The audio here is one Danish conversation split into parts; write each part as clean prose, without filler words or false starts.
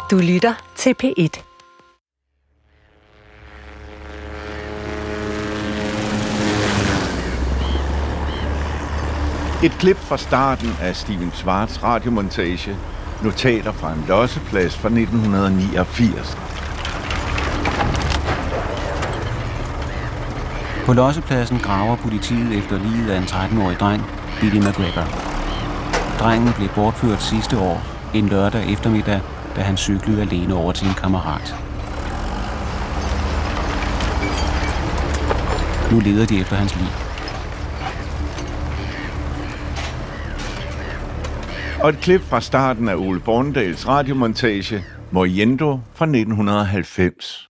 Du lytter til P1. Et klip fra starten af Stephen Schwartz' radiomontage, Notater fra en losseplads fra 1989. På lossepladsen graver politiet efter liget af en 13-årig dreng, Billy McGregor. Drengen blev bortført sidste år, en lørdag eftermiddag, da han cyklede alene over til en kammerat. Nu leder de efter hans lig. Og et klip fra starten af Ole Bornedals radiomontage, Moriendo fra 1990.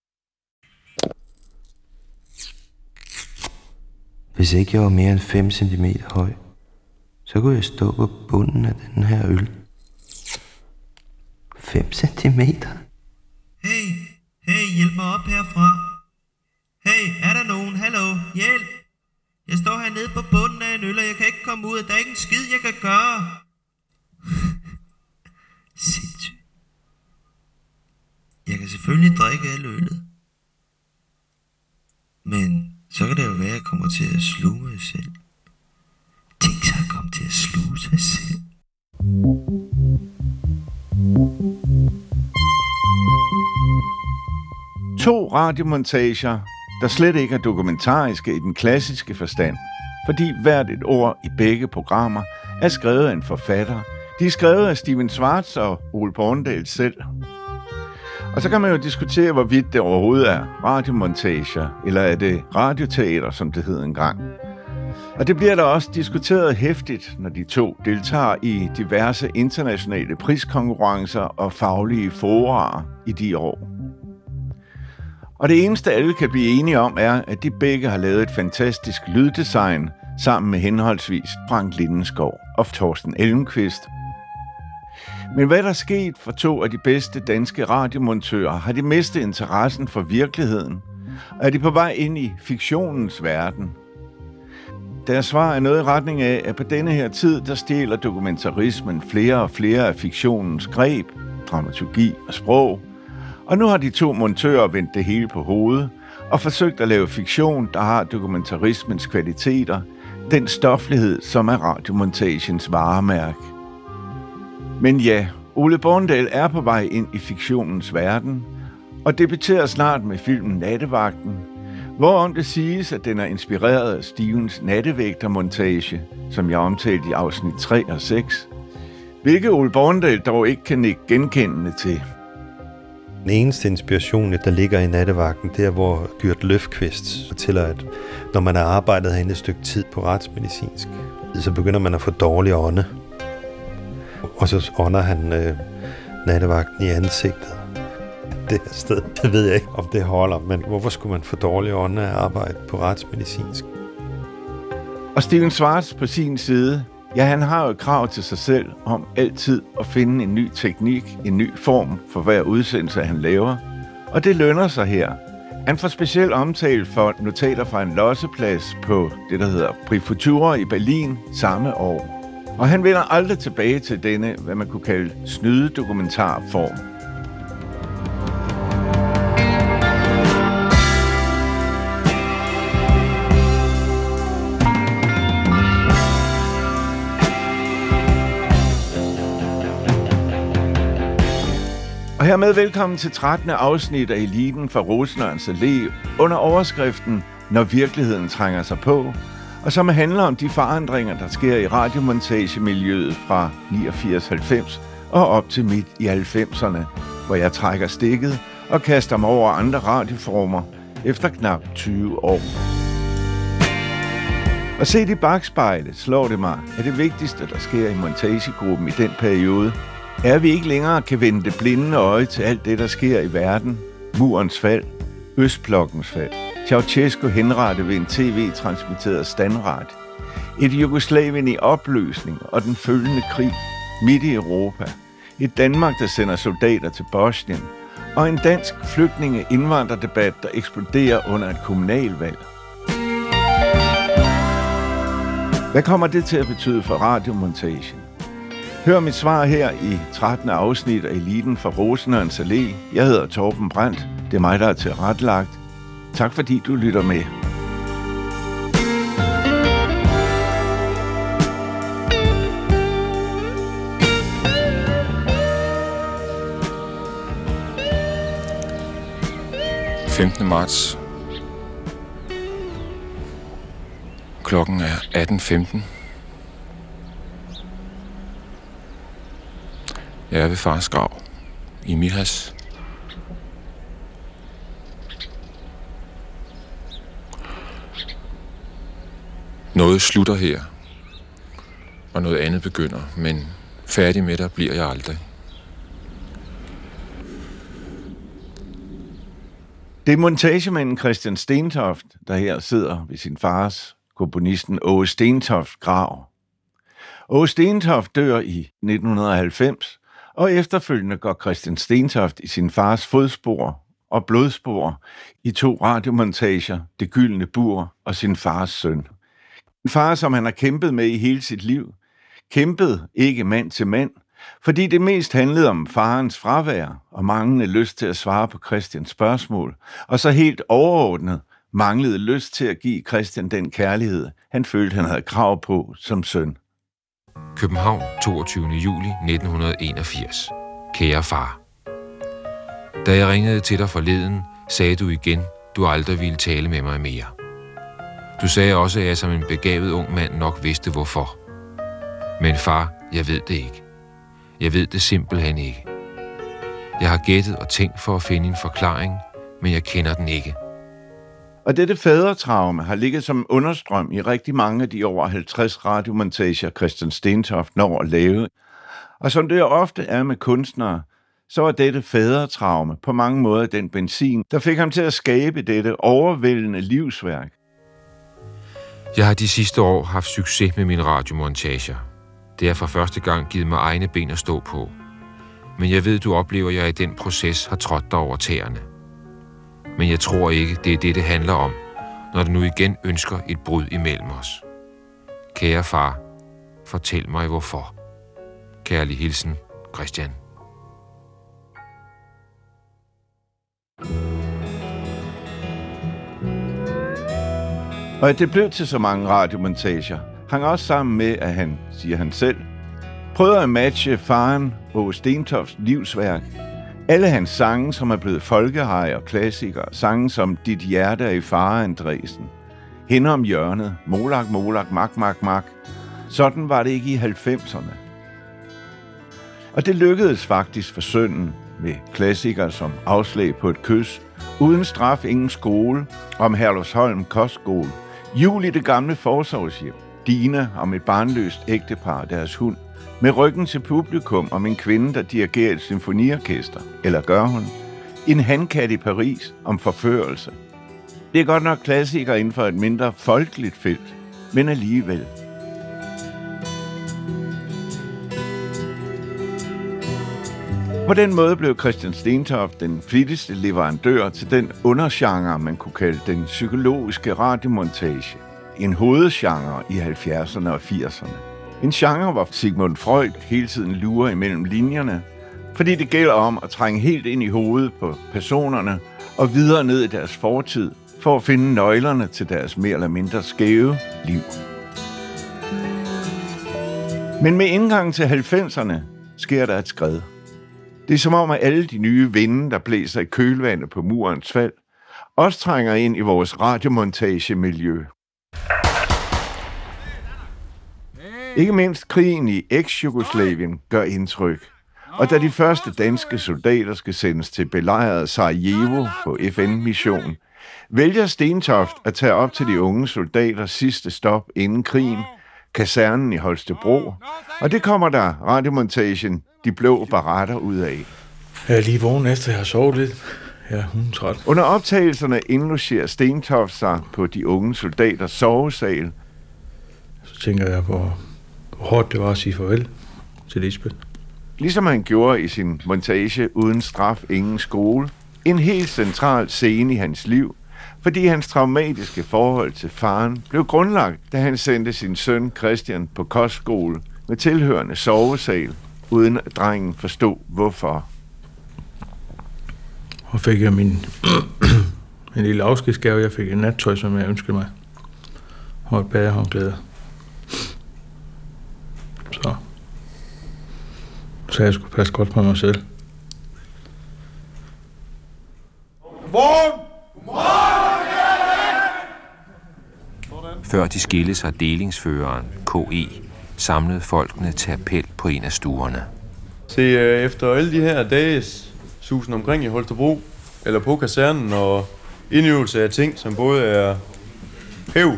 Hvis ikke jeg var mere end 5 cm høj, så kunne jeg stå på bunden af den her øl. 5 centimeter? Hey, hjælp mig op herfra. Hey, er der nogen? Hallo, hjælp. Jeg står hernede på bunden af en øl, og jeg kan ikke komme ud, og der er ikke en skid, jeg kan gøre. Sindssygt. Jeg kan selvfølgelig drikke al øllet. Men så kan det jo være, at jeg kommer til at sluge mig selv. Tænk så at komme til at sluge sig selv. To radiomontager, der slet ikke er dokumentariske i den klassiske forstand, fordi hvert et ord i begge programmer er skrevet af en forfatter. De er skrevet af Stephen Schwartz og Ole Bornedal selv. Og så kan man jo diskutere, hvorvidt det overhovedet er radiomontager, eller er det radioteater, som det hed engang. Og det bliver der også diskuteret heftigt, når de to deltager i diverse internationale priskonkurrencer og faglige forarer i de år. Og det eneste alle kan blive enige om er, at de begge har lavet et fantastisk lyddesign sammen med henholdsvis Frank Lindeskov og Torsten Elmqvist. Men hvad der er sket for to af de bedste danske radiomontører, har de mistet interessen for virkeligheden, og er de på vej ind i fiktionens verden. Deres svar er noget i retning af, at på denne her tid, der stjæler dokumentarismen flere og flere af fiktionens greb, dramaturgi og sprog, og nu har de to montører vendt det hele på hovedet og forsøgt at lave fiktion, der har dokumentarismens kvaliteter, den stoflighed, som er radiomontagens varemærke. Men ja, Ole Bornedal er på vej ind i fiktionens verden, og debuterer snart med filmen Nattevagten, hvorom det siges, at den er inspireret af Stevens nattevægtermontage, som jeg omtalte i afsnit 3 og 6, hvilket Ole Bornedal dog ikke kan nikke genkendende til. Den eneste inspiration, der ligger i Nattevagten, det er, hvor Gyrt Løfqvist fortæller, at når man har arbejdet herinde et stykke tid på retsmedicinsk, så begynder man at få dårlig ånde. Og så ånder han nattevagten i ansigtet. Det her sted, det ved jeg ikke, om det holder, men hvorfor skulle man få dårlig ånde af arbejde på retsmedicinsk? Og Stephen Schwartz på sin side, ja, han har jo et krav til sig selv om altid at finde en ny teknik, en ny form for hver udsendelse, han laver. Og det lønner sig her. Han får specielt omtale for Notater fra en losseplads på det, der hedder Prix Futura i Berlin samme år. Og han vender aldrig tilbage til denne, hvad man kunne kalde, snydedokumentarform. Og hermed velkommen til 13. afsnit af Eliten fra Rosenørns Allé under overskriften Når virkeligheden trænger sig på, og som handler om de forandringer, der sker i radiomontagemiljøet fra 89-90 og op til midt i 90'erne, hvor jeg trækker stikket og kaster mig over andre radioformer efter knap 20 år. Og set i bagspejlet slår det mig, at det vigtigste, der sker i montagegruppen i den periode, er, at vi ikke længere kan vende det blinde øje til alt det, der sker i verden. Murens fald, Østblokkens fald, Ceausescu henrettet ved en tv-transmitteret standret, et Jugoslavien i opløsning og den følgende krig midt i Europa, et Danmark, der sender soldater til Bosnien, og en dansk flygtninge-indvandrerdebat, der eksploderer under et kommunalvalg. Hvad kommer det til at betyde for radiomontagen? Hør mit svar her i 13. afsnit af Eliten fra Rosenørns Allé. Jeg hedder Torben Brandt. Det er mig, der er tilrettelagt. Tak fordi du lytter med. Marts. Klokken er 18:15. Jeg er ved fars grav i Mihas. Noget slutter her, og noget andet begynder, men færdig med dig bliver jeg aldrig. Det er montagemanden Christian Stentoft, der her sidder ved sin fars, komponisten Åge Stentoft, grav. Åge Stentoft dør i 1990, og efterfølgende går Christian Stentoft i sin fars fodspor og blodspor i 2 radiomontager, Det Gyldne Bur og sin fars søn. En far, som han har kæmpet med i hele sit liv. Kæmpet ikke mand til mand, fordi det mest handlede om farens fravær og manglende lyst til at svare på Christians spørgsmål, og så helt overordnet manglede lyst til at give Christian den kærlighed, han følte, han havde krav på som søn. København, 22. juli 1981. Kære far. Da jeg ringede til dig forleden, sagde du igen, du aldrig ville tale med mig mere. Du sagde også, at jeg som en begavet ung mand nok vidste hvorfor. Men far, jeg ved det ikke. Jeg ved det simpelthen ikke. Jeg har gættet og tænkt for at finde en forklaring, men jeg kender den ikke. Og dette fadertraume har ligget som understrøm i rigtig mange af de over 50 radiomontager, Christian Stentoft når at lave. Og som det ofte er med kunstnere, så var dette fadertraume på mange måder den benzin, der fik ham til at skabe dette overvældende livsværk. Jeg har de sidste år haft succes med mine radiomontager. Det har for første gang givet mig egne ben at stå på. Men jeg ved, du oplever, at jeg i den proces har trådt dig over tæerne. Men jeg tror ikke, det er det handler om, når du nu igen ønsker et brud imellem os. Kære far, fortæl mig hvorfor. Kærlig hilsen, Christian. Og at det blev til så mange radiomontager, hang også sammen med, at han, siger han selv, prøvede at matche faren Åge Stentofts livsværk. Alle hans sange, som er blevet folkehaj og klassikere, sange som Dit hjerte er i fare, Andresen, Hende om hjørnet, Molak, Molak, Mak, Mak, Mak. Sådan var det ikke i 90'erne. Og det lykkedes faktisk for sønnen med klassikere som Afslag på et kys, Uden straf, ingen skole, om Herlufsholm kostskole, Jul i det gamle forsorgshjem, Dina om et barnløst ægtepar og deres hund, Med ryggen til publikum om en kvinde, der dirigerer et symfoniorkester, eller gør hun, En hankat i Paris om forførelse. Det er godt nok klassikere inden for et mindre folkeligt felt, men alligevel. På den måde blev Christian Stentoft den flittigste leverandør til den undergenre, man kunne kalde den psykologiske radiomontage. En hovedgenre i 70'erne og 80'erne. En genre, hvor Sigmund Freud hele tiden lurer imellem linjerne, fordi det gælder om at trænge helt ind i hovedet på personerne og videre ned i deres fortid, for at finde nøglerne til deres mere eller mindre skæve liv. Men med indgangen til 90'erne sker der et skred. Det er som om, at alle de nye vinde, der blæser i kølvandet på murens fald, også trænger ind i vores radiomontagemiljø. Ikke mindst krigen i eks-Jugoslavien gør indtryk. Og da de første danske soldater skal sendes til belejret Sarajevo på FN-mission, vælger Stentoft at tage op til de unge soldaters sidste stop inden krigen, kasernen i Holstebro, og det kommer der radiomontagen De Blå Baretter ud af. Jeg er lige vågen efter, jeg har sovet lidt. Jeg er hundetræt. Under optagelserne indlogerer Stentoft sig på de unge soldaters sovesal. Så tænker jeg på, hvor hårdt det var at sige farvel til Lisbeth. Ligesom han gjorde i sin montage Uden straf, ingen skole. En helt central scene i hans liv, fordi hans traumatiske forhold til faren blev grundlagt, da han sendte sin søn Christian på kostskole med tilhørende sovesal, uden at drengen forstod hvorfor. Og fik jeg min en lille afskedsgave. Jeg fik en nattøj, som jeg ønskede mig. Og et badehåndklæde. Så jeg skulle passe godt på mig selv. Før de skilles har delingsføreren, K.E., samlet folkene til appel på en af stuerne. Se, efter alle de her dages susen omkring i Holstebro, eller på kasernen, og indøvelse af ting, som både er hæv,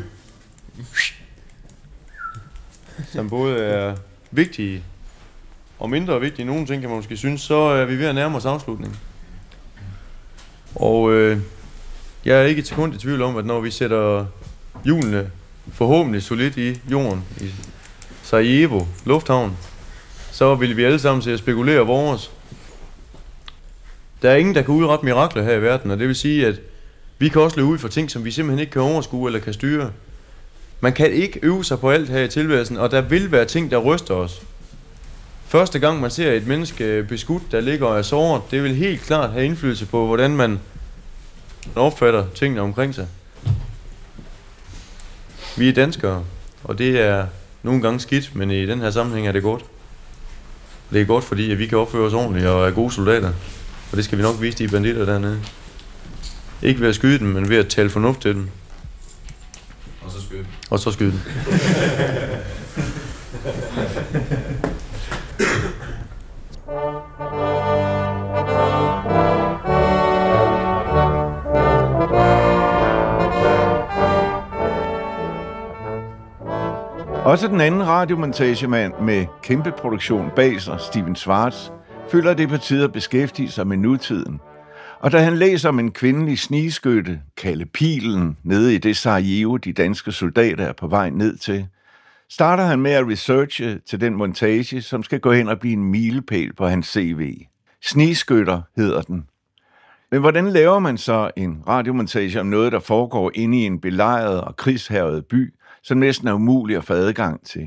som både er vigtige og mindre vigtige, nogle ting kan man måske synes, så er vi ved at nærme os afslutningen. Og jeg er ikke et sekund i tvivl om, at når vi sætter hjulene forhåbentlig solidt i jorden, i Sarajevo Lufthavn, så vil vi alle sammen til at spekulere vores. Der er ingen, der kan udrette mirakler her i verden, og det vil sige, at vi kan også løbe ud for ting, som vi simpelthen ikke kan overskue eller kan styre. Man kan ikke øve sig på alt her i tilværelsen, og der vil være ting, der ryster os. Første gang man ser et menneske beskudt, der ligger og er såret, det vil helt klart have indflydelse på, hvordan man opfatter tingene omkring sig. Vi er danskere, og det er nogle gange skidt, men i den her sammenhæng er det godt. Det er godt, fordi vi kan opføre os ordentligt og er gode soldater. Og det skal vi nok vise de banditter dernede. Ikke ved at skyde dem, men ved at tale fornuft til dem. Og så skyde dem. Og så skyde dem. Også den anden radiomontagemand med kæmpe produktion bag sig, Stephen Schwartz, føler det på tide at beskæftige sig med nutiden. Og da han læser om en kvindelig snigskytte, kalde Pilen, nede i det Sarajevo, de danske soldater er på vej ned til, starter han med at researche til den montage, som skal gå hen og blive en milepæl på hans CV. Snigskytter hedder den. Men hvordan laver man så en radiomontage om noget, der foregår inde i en belejret og krigshærget by, som næsten er umuligt at få adgang til?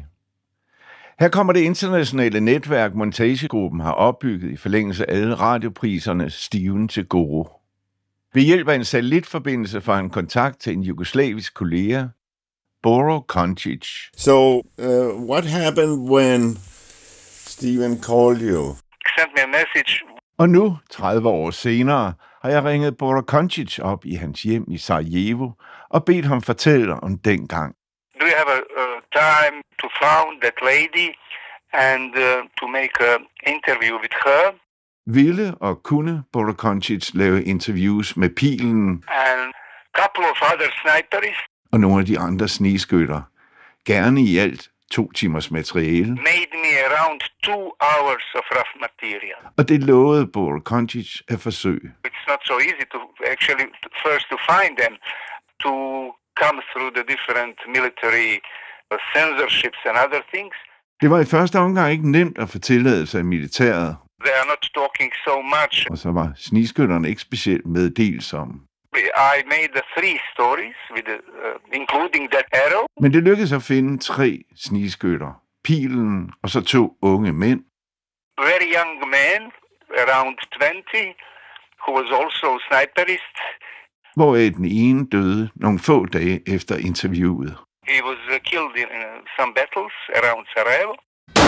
Her kommer det internationale netværk, Montagegruppen har opbygget i forlængelse af alle radiopriserne Steven til gode. Ved hjælp af en satellitforbindelse får han kontakt til en jugoslavisk kollega, Boro Koncic. So, what happened when Steven called you? Sent me a message. Og nu, 30 år senere, har jeg ringet Boro Koncic op i hans hjem i Sarajevo og bedt ham fortælle om dengang. Do you have a time to find that lady and to make an interview with her? Ville og kunne Boro Koncic lave interviews med Pilen and couple of other snipers og nogle af de andre snigskytter. Gerne i alt 2 timers materiale. made me around 2 hours of rough material. Og det lovede Boro Koncic at forsøge. It's not so easy to actually first to find them, to come through the different military censorships and other things. Det var i første omgang ikke nemt at få tilladelse af militæret, They are not talking so much. og så var snigskytterne ikke specielt meddelsomme. I made 3 stories with including that arrow. Men det lykkedes at finde 3 snigskytter. Pilen og så 2 unge mænd. Very young man, around 20, who was also sniperist. Hvoraf den ene døde nogle få dage efter interviewet. He was killed in some battles around Sarajevo.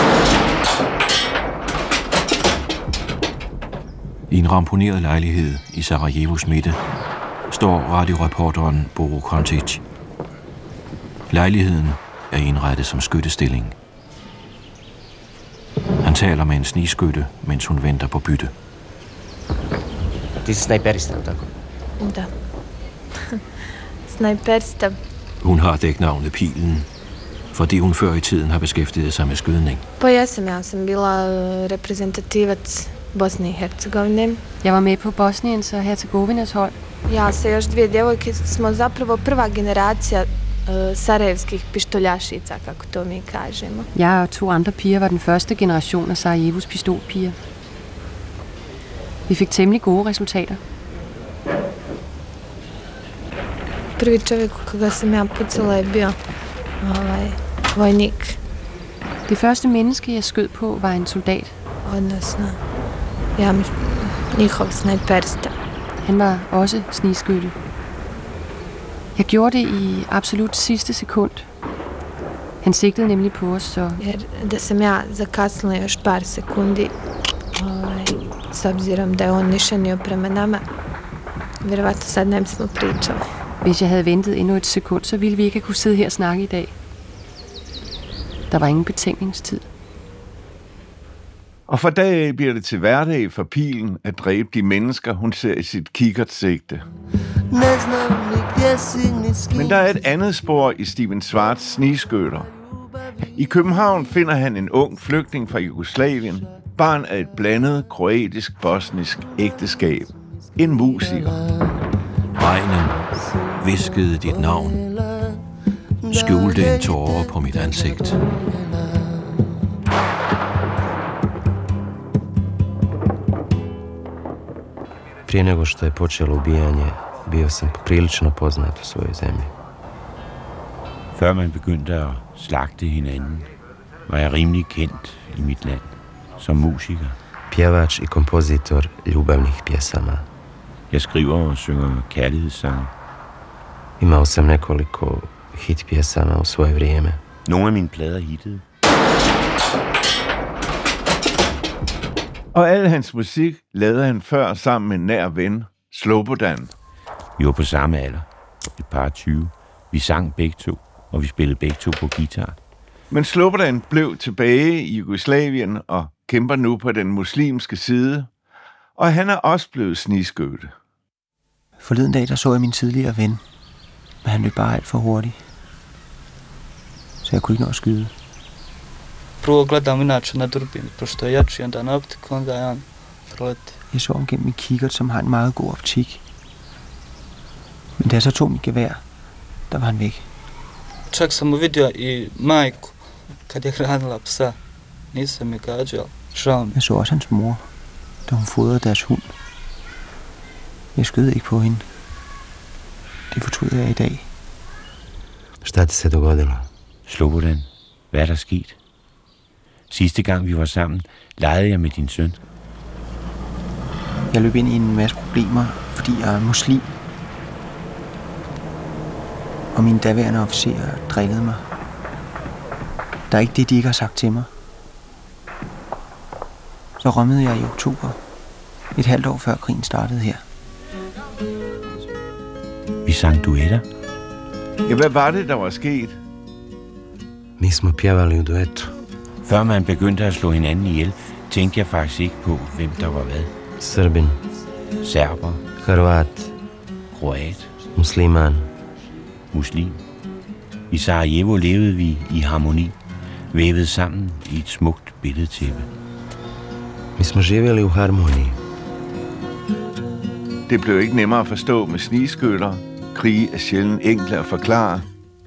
I en ramponeret lejlighed i Sarajevos midte står radioreporteren Boro Koncic. Lejligheden er indrettet som skyttestilling. Han taler med en snigskytte, mens hun venter på bytte. Ti si snajperista, tako? Da. Snajperista. Hun har dæknavnet Pilen, fordi hun før i tiden har beskæftiget sig med skydning. Pa ja sam bila reprezentativac Bosne i Hercegovine. Jeg var med på Bosniens og Hercegovinas hold. Ja sa još 2 djevojke smo zapravo prva generacija sarajevskih pištoljašica, kako to mi kažemo. Jeg og 2 andre piger var den første generation af Sarajevos pistolpiger. Vi fik temmelig gode resultater. Prvi čovjek koga sam ja pucala je bio vojnik. Det første menneske, jeg skød på, var en soldat. Odnosno, ja, njihov snajperista. Han var også snigskytte. Jeg gjorde det i absolut sidste sekund. Han sigtede nemlig på os, så... Da sam ja zakasnila još par sekundi, s obzirom da je on nišanio prema nama, vjerovatno sad ne bismo pričali. Hvis jeg havde ventet endnu et sekund, så ville vi ikke kunne sidde her og snakke i dag. Der var ingen betænkningstid. Og fra dag af bliver det til hverdag for pilen at dræbe de mennesker, hun ser i sit kikkertsigte. Men der er et andet spor i Stephen Schwartz' snigskytter. I København finder han en ung flygtning fra Jugoslavien, barn af et blandet kroatisk-bosnisk ægteskab. En musiker. Regnen viskede dit navn, skjulte en tåre på mit ansigt. Prije nego što je počelo ubijanje, bio sam poprilično poznat u svojoj zemlji. Før man begyndte at slagte hinanden, var jeg rimelig kendt i mit land som musiker. Pjevač i kompozitor ljubavnih pjesama. Jeg skriver og synger kærlighedssange. Imao sam nekoliko hit pjesama u svoje vrijeme. Nogle af mine plader hittede. Og al hans musik lavede han før sammen med en nær ven, Slobodan. Vi var på samme alder, et par 20. Vi sang begge to, og vi spillede begge to på guitar. Men Slobodan blev tilbage i Jugoslavien og kæmper nu på den muslimske side, og han er også blevet snigskytte. Forleden dag, der så jeg min tidligere ven, men han løb bare alt for hurtigt. Så jeg kunne ikke nå at skyde. Prvo gledam inače na durbini, pošto je jači onda na optiku, onda je on proleti. Jeg så ham gennem min kikkert, som har en meget god optik. Men da jeg så tog mit gevær, der var han væk. Čak sam uvidio i majku, kad je hranila psa. Nisam je gađao. Žao mi. Jeg så også hans mor, da hun fodrede deres hund. Jeg skød ikke på hende. Det fortryder jeg i dag. Šta ti se dogodilo? Slobodan, hvad er der sket? Sidste gang vi var sammen, legede jeg med din søn. Jeg løb ind i en masse problemer, fordi jeg er muslim. Og mine daværende officerer drillede mig. Der er ikke det, de ikke har sagt til mig. Så rømmede jeg i oktober, et halvt år før krigen startede her. Vi sang duetter. Ja, hvad var det, der var sket? Mi smo pjevali u duetu. Før man begyndte at slå hinanden ihjel, tænkte jeg faktisk ikke på, hvem der var hvad. Srbin. Serber. Hrvat. Kroat. Musliman. Muslim. I Sarajevo levede vi i harmoni, vævet sammen i et smukt billedtæppe. Mi smo živjeli u harmoniji. Det blev ikke nemmere at forstå med snigskytter. Krige er sjældent enkle at forklare.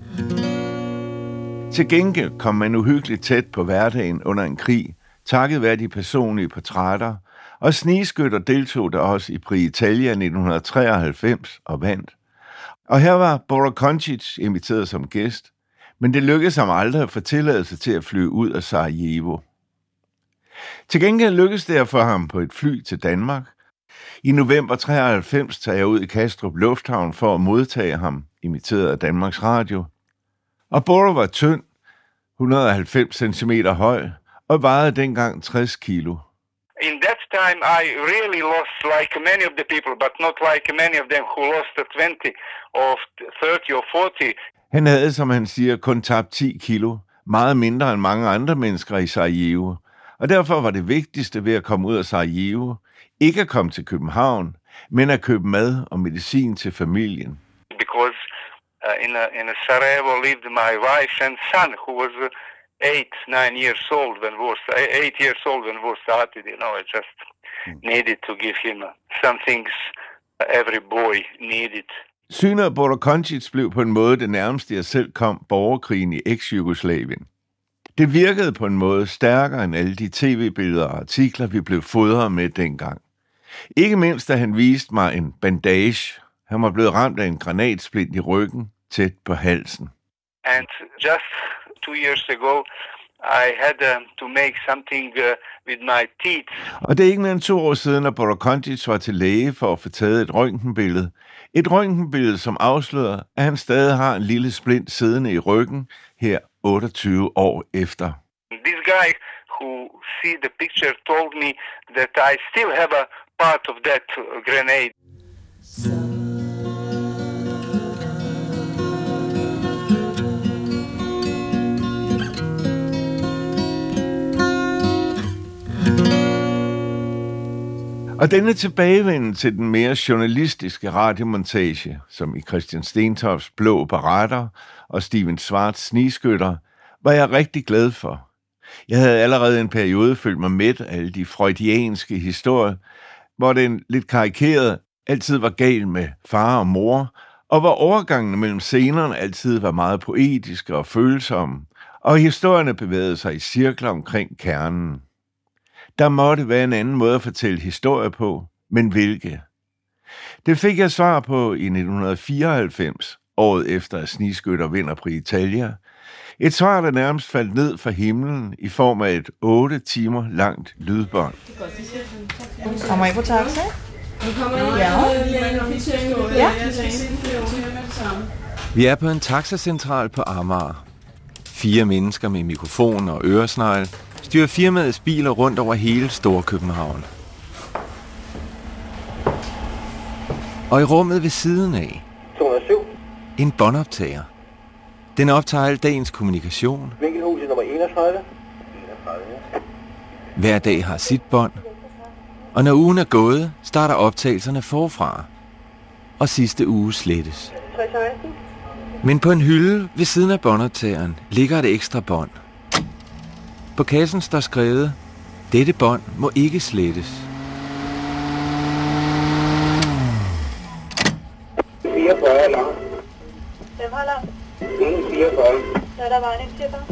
Til gengæld kom man uhyggeligt tæt på hverdagen under en krig, takket være de personlige portrætter, og snigskytter deltog der også i Prix Italia 1993 og vandt. Og her var Bora Koncic inviteret som gæst, men det lykkedes ham aldrig at få tilladelse til at flyve ud af Sarajevo. Til gengæld lykkedes det at få ham på et fly til Danmark. I november 93 tager jeg ud i Kastrup Lufthavn for at modtage ham, imiteret af Danmarks Radio. Og Bora var tynd, 190 cm høj, og vejede dengang 60 kilo. In that time I really lost like many of the people, but not like many of them who lost 20 or 30 or 40. Han havde, som han siger, kun tabt 10 kilo, meget mindre end mange andre mennesker i Sarajevo. Og derfor var det vigtigste ved at komme ud af Sarajevo, ikke at komme til København, men at købe mad og medicin til familien. Because in Sarajevo lived my wife and son, who was 8 years old when war started. You know, I just needed to give him some things every boy needed. Synet af Bora Koncic blev på en måde det nærmeste, jeg selv kom borgerkrigen i eks-Jugoslavien. Det virkede på en måde stærkere end alle de tv-billeder og artikler, vi blev fodret med dengang. Ikke mindst, da han viste mig en bandage. Han var blevet ramt af en granatsplint i ryggen, tæt på halsen. And just 2 years ago, I had to make something with my teeth. Og det er ikke mere end 2 år siden, at Borokondic var til læge for at få taget et røntgenbillede. Et røntgenbillede, som afslører, at han stadig har en lille splint siddende i ryggen her 28 år efter. This guy who see the picture told me that I still have a part of that grenade. Og denne tilbagevenden til den mere journalistiske radiomontage, som i Christian Stentofts Blå Baretter og Stephen Schwartz Snigskytter, var jeg rigtig glad for. Jeg havde allerede en periode følt mig mæt af alle de freudianske historier, hvor den lidt karikerede altid var gal med far og mor, og hvor overgangene mellem scenerne altid var meget poetiske og følsomme, og historierne bevægede sig i cirkler omkring kernen. Der måtte være en anden måde at fortælle historier på, men hvilke? Det fik jeg svar på i 1994, året efter at Snigskytter vinder på Italia. Et svar, der nærmest faldt ned fra himlen i form af et 8 timer langt lydbånd. Kommer I på taxa? Ja. Vi er på en taxacentral på Amager. 4 mennesker med mikrofon og øresnegl styrer firmaets biler rundt over hele Storkøbenhavn. Og i rummet ved siden af 207. En båndoptager. Den optager al dagens kommunikation. Vinkelhuset nummer 31. Hver dag har sit bånd. Og når ugen er gået, starter optagelserne forfra. Og sidste uge slettes. Men på en hylde ved siden af båndoptageren ligger et ekstra bånd. På kassen står skrevet, dette bånd må ikke slettes. 44 alarm. Hvem har alarm? 44. Så er der vejen til dig?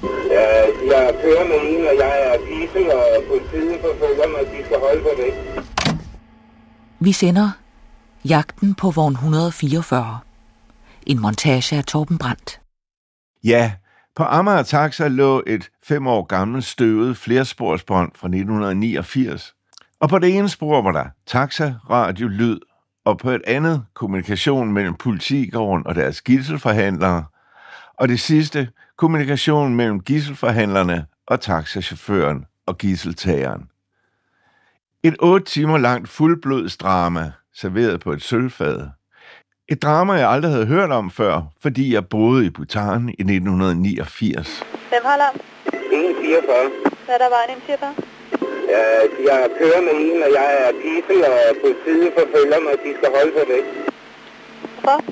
Jeg kører med en, og jeg er gidsel, og politiet forfølger mig, at de skal holde på væk. Vi sender Jagten på vogn 144. En montage af Torben Brandt. Ja, på Amager Taxa lå et 5 år gammelt støvet flersporsbånd fra 1989. Og på det ene spor var der taxa, radio, lyd, og på et andet kommunikation mellem politigården og deres gidselforhandlere, og det sidste kommunikation mellem gidselforhandlerne og taxachaufføren og gidseltageren. Et 8 timer langt fuldblodsdrama, serveret på et sølvfad. Et drama, jeg aldrig havde hørt om før, fordi jeg boede i Bhutan i 1989. Hvem har alarm? 44. Så er der vejen ind til dig? Jeg kører med en, og jeg er gidsel, og politiet forfølger mig, at de skal holde på væk. Hvorfor?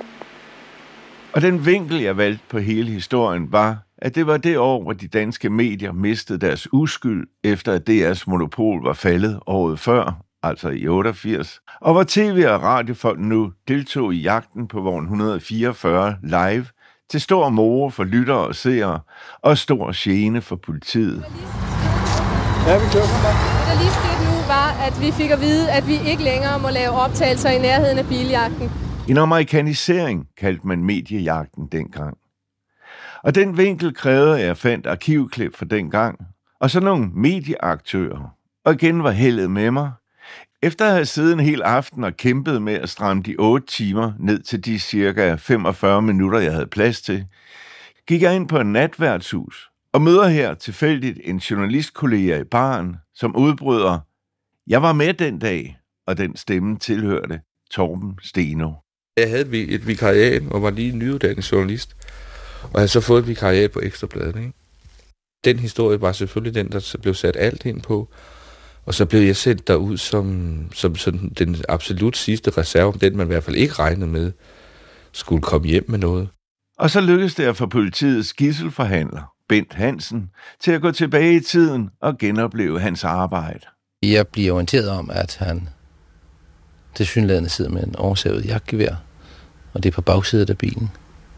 Og den vinkel, jeg valgte på hele historien, var, at det var det år, hvor de danske medier mistede deres uskyld, efter at DR's monopol var faldet året før, altså i 88, og hvor tv- og radiofolk nu deltog i jagten på vogn 144 live, til stor moro for lyttere og seere, og stor gene for politiet. Ja, vi kører for det. Der lige skete nu var, at vi fik at vide, at vi ikke længere må lave optagelser i nærheden af biljagten. En amerikanisering kaldte man mediejagten dengang. Og den vinkel krævede, at jeg fandt arkivklip fra dengang, og så nogle medieaktører. Og igen var heldet med mig. Efter at have siddet en hel aften og kæmpet med at stramme de 8 timer ned til de cirka 45 minutter, jeg havde plads til, gik jeg ind på en natværtshus og møder her tilfældigt en journalistkollega i baren, som udbryder, jeg var med den dag, og den stemme tilhørte Torben Steno. Jeg havde et vikariat og var lige nyuddannet journalist, og havde så fået et vikariat på Ekstrabladet. Ikke? Den historie var selvfølgelig den, der blev sat alt ind på, og så blev jeg sendt derud som sådan den absolut sidste reserve, den man i hvert fald ikke regnede med, skulle komme hjem med noget. Og så lykkedes det at få politiets gidselforhandler, Bent Hansen, til at gå tilbage i tiden og genopleve hans arbejde. Jeg bliver orienteret om, at han tilsyneladende sidder med en oversavet jagtgevær, og det er på bagsædet af bilen.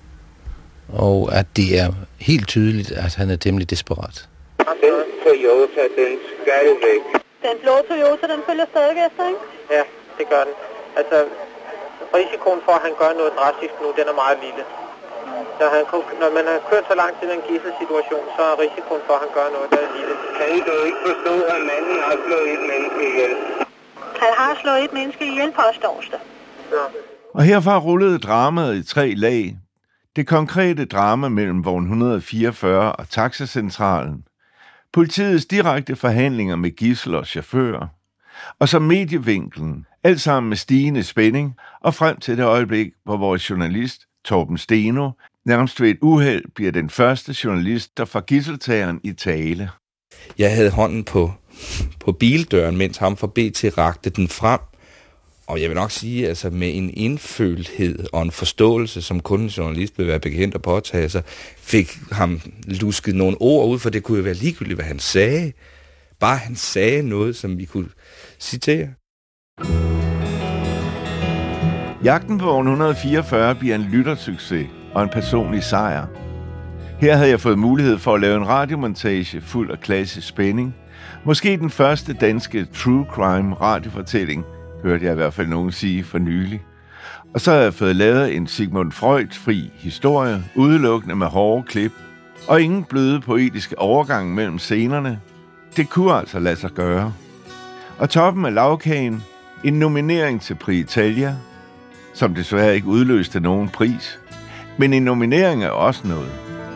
Og at det er helt tydeligt, at han er temmelig desperat. Den Toyota, den skal væk. Den blå Toyota, den følger stadig efter, ikke? Ja, det gør den. Altså, risikoen for, at han gør noget drastisk nu, den er meget lille. Når man har kørt så langt til en gidselsituation, så er risikoen for, at han gør noget, der er lille. Kan I dog ikke forstå, at manden har slået et menneske ihjel? Han har slået et menneske ihjel, påstås det. Ja. Og herfra rullede dramaet i 3 lag. Det konkrete drama mellem vogn 144 og taxacentralen. Politiets direkte forhandlinger med gidsel og chauffører. Og så medievinklen, alt sammen med stigende spænding, og frem til det øjeblik, hvor vores journalist, Torben Steno, nærmest ved et uheld bliver den første journalist, der får gidseltageren i tale. Jeg havde hånden på bildøren, mens ham fra BT rakte den frem. Og jeg vil nok sige, altså med en indfølthed og en forståelse, som kun en journalist vil være bekendt at påtage sig, fik ham lusket nogle ord ud, for det kunne jo være ligegyldigt, hvad han sagde. Bare han sagde noget, som vi kunne citere. Jagten på vogn 144 bliver en lyttersucces og en personlig sejr. Her havde jeg fået mulighed for at lave en radiomontage fuld af klassisk spænding. Måske den første danske true crime radiofortælling, hørte jeg i hvert fald nogen sige for nylig. Og så havde jeg fået lavet en Sigmund Freud-fri historie, udelukkende med hårde klip, og ingen bløde poetiske overgang mellem scenerne. Det kunne altså lade sig gøre. Og toppen af lavkagen, en nominering til Prix Italia, som desværre ikke udløste nogen pris. Men en nominering er også noget.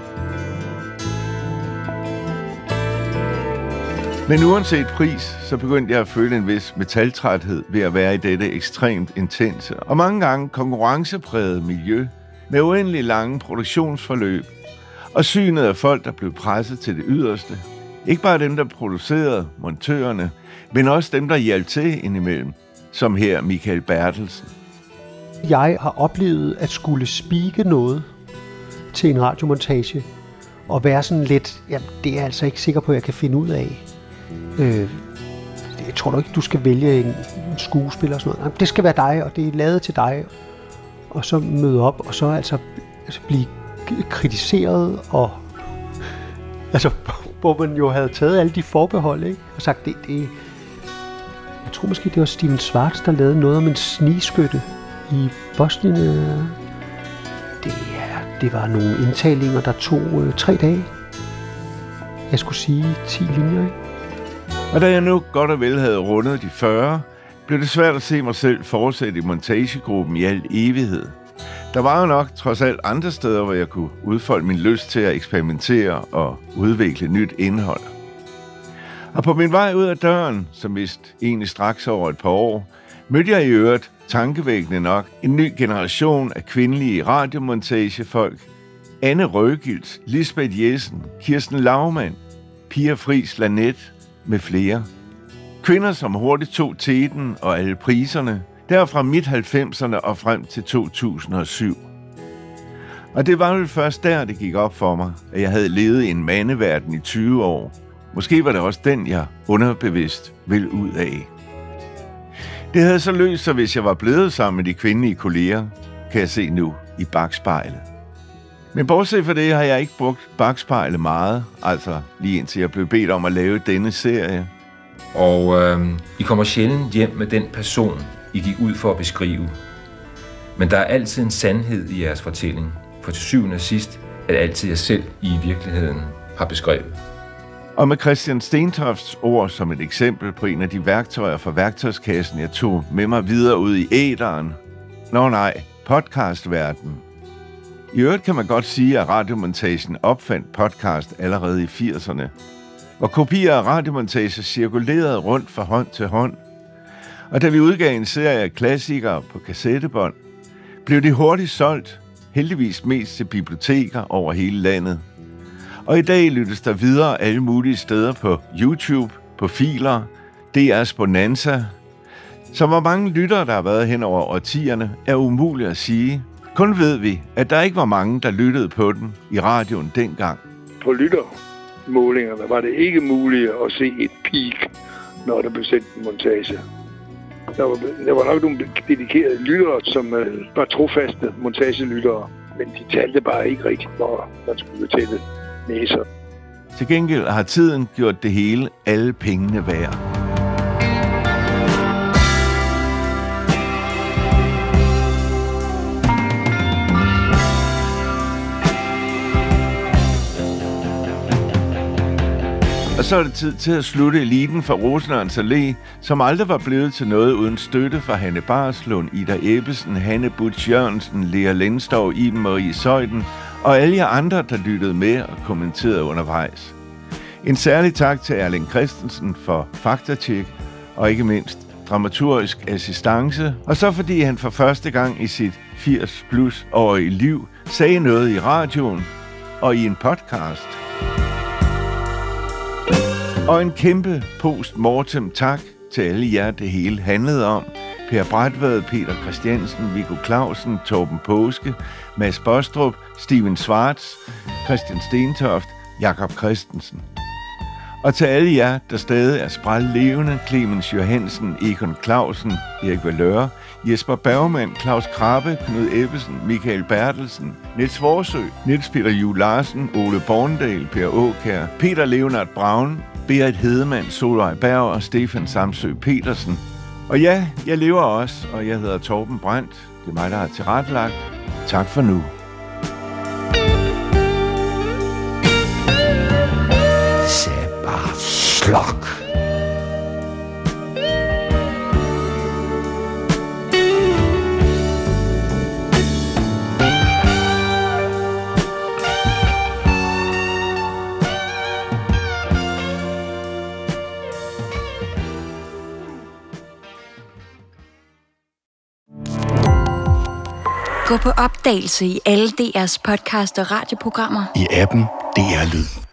Men uanset pris, så begyndte jeg at føle en vis metaltræthed ved at være i dette ekstremt intense og mange gange konkurrenceprægede miljø med uendelig lange produktionsforløb og synet af folk, der blev presset til det yderste. Ikke bare dem, der producerede, montørerne, men også dem, der hjalp til indimellem, som her Michael Bertelsen. Jeg har oplevet at skulle speake noget til en radiomontage og være sådan lidt, jamen det er jeg altså ikke sikker på, at jeg kan finde ud af. Jeg tror ikke, du skal vælge en skuespiller og sådan noget. Det skal være dig, og det er lavet til dig. Og så møde op, og så altså blive kritiseret, og altså, hvor man jo havde taget alle de forbehold, ikke? Og sagt, det jeg tror måske, det var Stephen Schwartz, der lavede noget om en snigskytte i Bosnien. Det var nogle indtalinger, der tog 3 dage. Jeg skulle sige 10 linjer, ikke? Og da jeg nu godt og vel havde rundet de 40, blev det svært at se mig selv fortsætte i montagegruppen i al evighed. Der var jo nok trods alt andre steder, hvor jeg kunne udfolde min lyst til at eksperimentere og udvikle nyt indhold. Og på min vej ud af døren, som vist egentlig straks over et par år, mødte jeg i øvrigt, tankevækkende nok, en ny generation af kvindelige radiomontagefolk. Anne Røgild, Lisbeth Jessen, Kirsten Laumann, Pia Friis Lanet med flere. Kvinder, som hurtigt tog teten og alle priserne, der fra midt-90'erne og frem til 2007. Og det var vel først der, det gik op for mig, at jeg havde levet i en mandeverden i 20 år. Måske var det også den, jeg underbevidst ville ud af. Det havde så løst sig, hvis jeg var blevet sammen med de kvindelige kolleger, kan jeg se nu i bakspejlet. Men bortset fra det har jeg ikke brugt bakspejlet meget, altså lige indtil jeg blev bedt om at lave denne serie. Og I kommer sjældent hjem med den person, I gik ud for at beskrive. Men der er altid en sandhed i jeres fortælling, for til syvende og sidst er det altid jer selv, I virkeligheden har beskrevet. Og med Christian Stentofts ord som et eksempel på en af de værktøjer fra værktøjskassen, jeg tog med mig videre ud i æteren. Podcastverdenen. I øvrigt kan man godt sige, at radiomontagen opfandt podcast allerede i 80'erne, hvor kopier af radiomontager cirkulerede rundt fra hånd til hånd. Og da vi udgav en serie af klassikere på kassettebånd, blev de hurtigt solgt, heldigvis mest til biblioteker over hele landet. Og i dag lyttes der videre alle mulige steder på YouTube, på filer, DR's Bonanza. Så hvor mange lyttere der har været hen over årtierne, er umuligt at sige. Kun ved vi, at der ikke var mange, der lyttede på den i radioen dengang. På lyttermålingerne var det ikke muligt at se et peak, når der blev sendt en montage. Der var nok nogle dedikerede lyttere, som var trofaste montagelyttere, men de talte bare ikke rigtigt, når man skulle tælle næser. Til gengæld har tiden gjort det hele alle pengene værd. Og så er det tid til at slutte eliten fra Rosenørns Allé, som aldrig var blevet til noget uden støtte fra Hanne Barslund, Ida Ebbesen, Hanne Butch Jørgensen, Lea Lindskov, Iben Marie Zeuthen og alle jer andre, der lyttede med og kommenterede undervejs. En særlig tak til Erling Christensen for faktatjek og ikke mindst dramaturgisk assistance, og så fordi han for første gang i sit 80+-årige liv sagde noget i radioen og i en podcast. Og en kæmpe post-mortem tak til alle jer, det hele handlede om. Per Brætvad, Peter Christiansen, Viggo Clausen, Torben Påske, Mads Bostrup, Steven Schwartz, Christian Stentoft, Jakob Christensen. Og til alle jer, der stadig er sprællevende, Clemens Johansen, Egon Clausen, Erik Valøre, Jesper Bergmann, Claus Krabbe, Knud Ebbesen, Michael Bertelsen, Niels Vorsø, Niels Peter Juel Larsen, Ole Borndal, Per Aakjær, Peter Leonard Braun, Berit Hedemann, Solvej Berg og Stefan Samsø Petersen. Og ja, jeg lever også, og jeg hedder Torben Brandt. Det er mig, der har tilrettelagt. Tak for nu. Slok. Gå på opdagelse i alle DR's podcast og radioprogrammer. I appen DR Lyd.